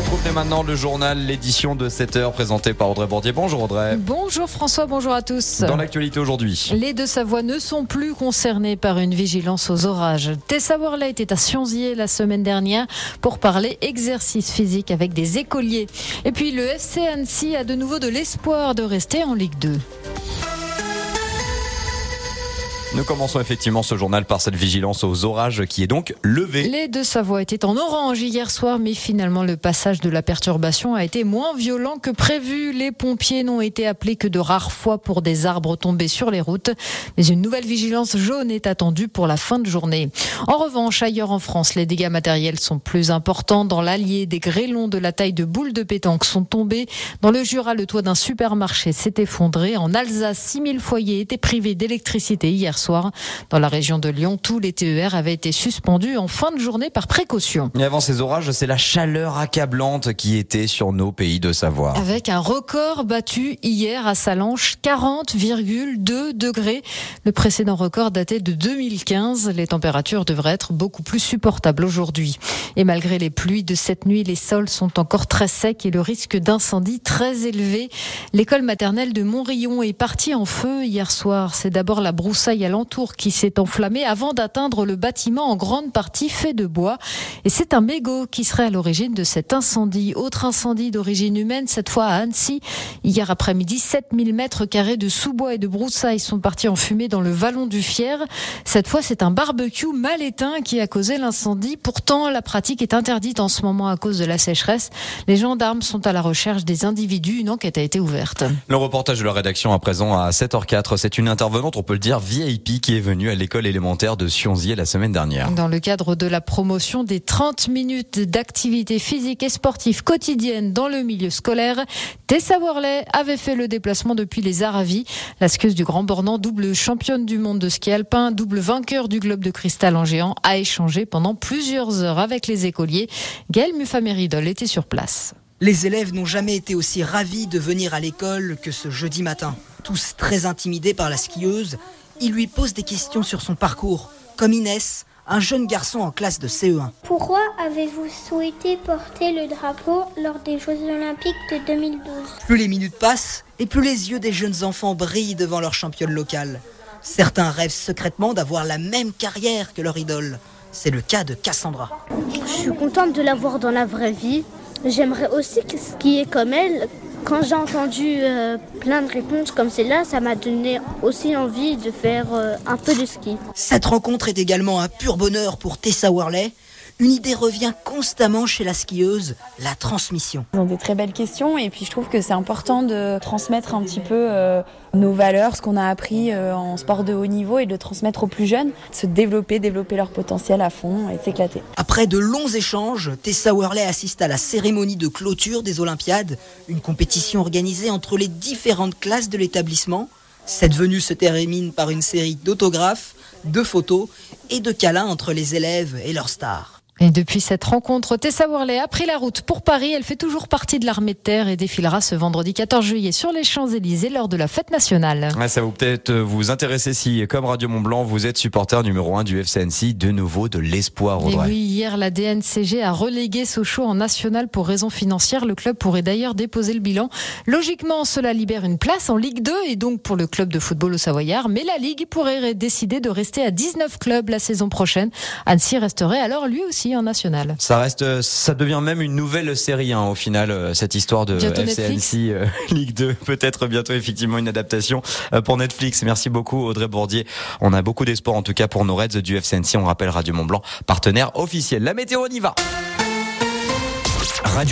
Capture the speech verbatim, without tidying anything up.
retrouve dès maintenant le journal, l'édition de sept heures présentée par Audrey Bordier. Bonjour Audrey. Bonjour François, bonjour à tous. Dans l'actualité aujourd'hui. Les Deux-Savoie ne sont plus concernés par une vigilance aux orages. Tessa Worley était à Sionzier la semaine dernière pour parler exercice physique avec des écoliers. Et puis le F C Annecy a de nouveau de l'espoir de rester en Ligue deux. Nous commençons effectivement ce journal par cette vigilance aux orages qui est donc levée. Les Deux-Savoie étaient en orange hier soir, mais finalement le passage de la perturbation a été moins violent que prévu. Les pompiers n'ont été appelés que de rares fois pour des arbres tombés sur les routes. Mais une nouvelle vigilance jaune est attendue pour la fin de journée. En revanche, ailleurs en France, les dégâts matériels sont plus importants. Dans l'Allier, des grêlons de la taille de boules de pétanque sont tombés. Dans le Jura, le toit d'un supermarché s'est effondré. En Alsace, six mille foyers étaient privés d'électricité hier soir. Dans la région de Lyon, tous les T E R avaient été suspendus en fin de journée par précaution. Et avant ces orages, c'est la chaleur accablante qui était sur nos pays de Savoie. Avec un record battu hier à Sallanches, quarante virgule deux degrés. Le précédent record datait de deux mille quinze. Les températures devraient être beaucoup plus supportables aujourd'hui. Et malgré les pluies de cette nuit, les sols sont encore très secs et le risque d'incendie très élevé. L'école maternelle de Montrion est partie en feu hier soir. C'est d'abord la broussaille à l'entour qui s'est enflammée avant d'atteindre le bâtiment en grande partie fait de bois. Et c'est un mégot qui serait à l'origine de cet incendie. Autre incendie d'origine humaine, cette fois à Annecy. Hier après-midi, sept mille mètres carrés de sous-bois et de broussailles sont partis en fumée dans le vallon du Fier. Cette fois, c'est un barbecue mal éteint qui a causé l'incendie. Pourtant, la pratique est interdite en ce moment à cause de la sécheresse. Les gendarmes sont à la recherche des individus. Une enquête a été ouverte. Le reportage de la rédaction à présent à sept heures quatre. C'est une intervenante, on peut le dire, V I P qui est venue à l'école élémentaire de Sionzier la semaine dernière. Dans le cadre de la promotion des trente minutes d'activité physique et sportive quotidienne dans le milieu scolaire, Tessa Worley avait fait le déplacement depuis les Aravis. La skieuse du Grand Bornand, double championne du monde de ski alpin, double vainqueur du globe de cristal en géant, a échangé pendant plusieurs heures avec les écoliers. Gaëlle Muffaméridol était sur place. Les élèves n'ont jamais été aussi ravis de venir à l'école que ce jeudi matin. Tous très intimidés par la skieuse, ils lui posent des questions sur son parcours, comme Inès, un jeune garçon en classe de C E un. Pourquoi avez-vous souhaité porter le drapeau lors des Jeux Olympiques de deux mille douze ? Plus les minutes passent, et plus les yeux des jeunes enfants brillent devant leur championne locale. Certains rêvent secrètement d'avoir la même carrière que leur idole. C'est le cas de Cassandra. Je suis contente de la voir dans la vraie vie. J'aimerais aussi skier comme elle. Quand j'ai entendu euh, plein de réponses comme celle-là, ça m'a donné aussi envie de faire euh, un peu de ski. Cette rencontre est également un pur bonheur pour Tessa Worley. Une idée revient constamment chez la skieuse, la transmission. Ils ont des très belles questions et puis je trouve que c'est important de transmettre un petit peu euh, nos valeurs, ce qu'on a appris euh, en sport de haut niveau et de le transmettre aux plus jeunes, se développer, développer leur potentiel à fond et s'éclater. Après de longs échanges, Tessa Worley assiste à la cérémonie de clôture des Olympiades, une compétition organisée entre les différentes classes de l'établissement. Cette venue se termine par une série d'autographes, de photos et de câlins entre les élèves et leurs stars. Et depuis cette rencontre, Tessa Worley a pris la route pour Paris. Elle fait toujours partie de l'armée de terre et défilera ce vendredi quatorze juillet sur les Champs-Élysées lors de la fête nationale. Ouais, ça va peut-être vous intéresser si, comme Radio Mont-Blanc, vous êtes supporter numéro un du F C Annecy, de nouveau de l'espoir. Et oui, hier, la D N C G a relégué Sochaux en national pour raisons financières. Le club pourrait d'ailleurs déposer le bilan. Logiquement, cela libère une place en Ligue deux et donc pour le club de football au Savoyard. Mais la Ligue pourrait décider de rester à dix-neuf clubs la saison prochaine. Annecy resterait alors lui aussi en national. Ça reste, ça devient même une nouvelle série hein, au final, cette histoire de bientôt F C Annecy euh, Ligue deux. Peut-être bientôt effectivement une adaptation euh, pour Netflix. Merci beaucoup Audrey Bordier. On a beaucoup d'espoir en tout cas pour nos Reds du F C Annecy. On rappelle Radio Mont-Blanc, partenaire officiel. La météo, on y va.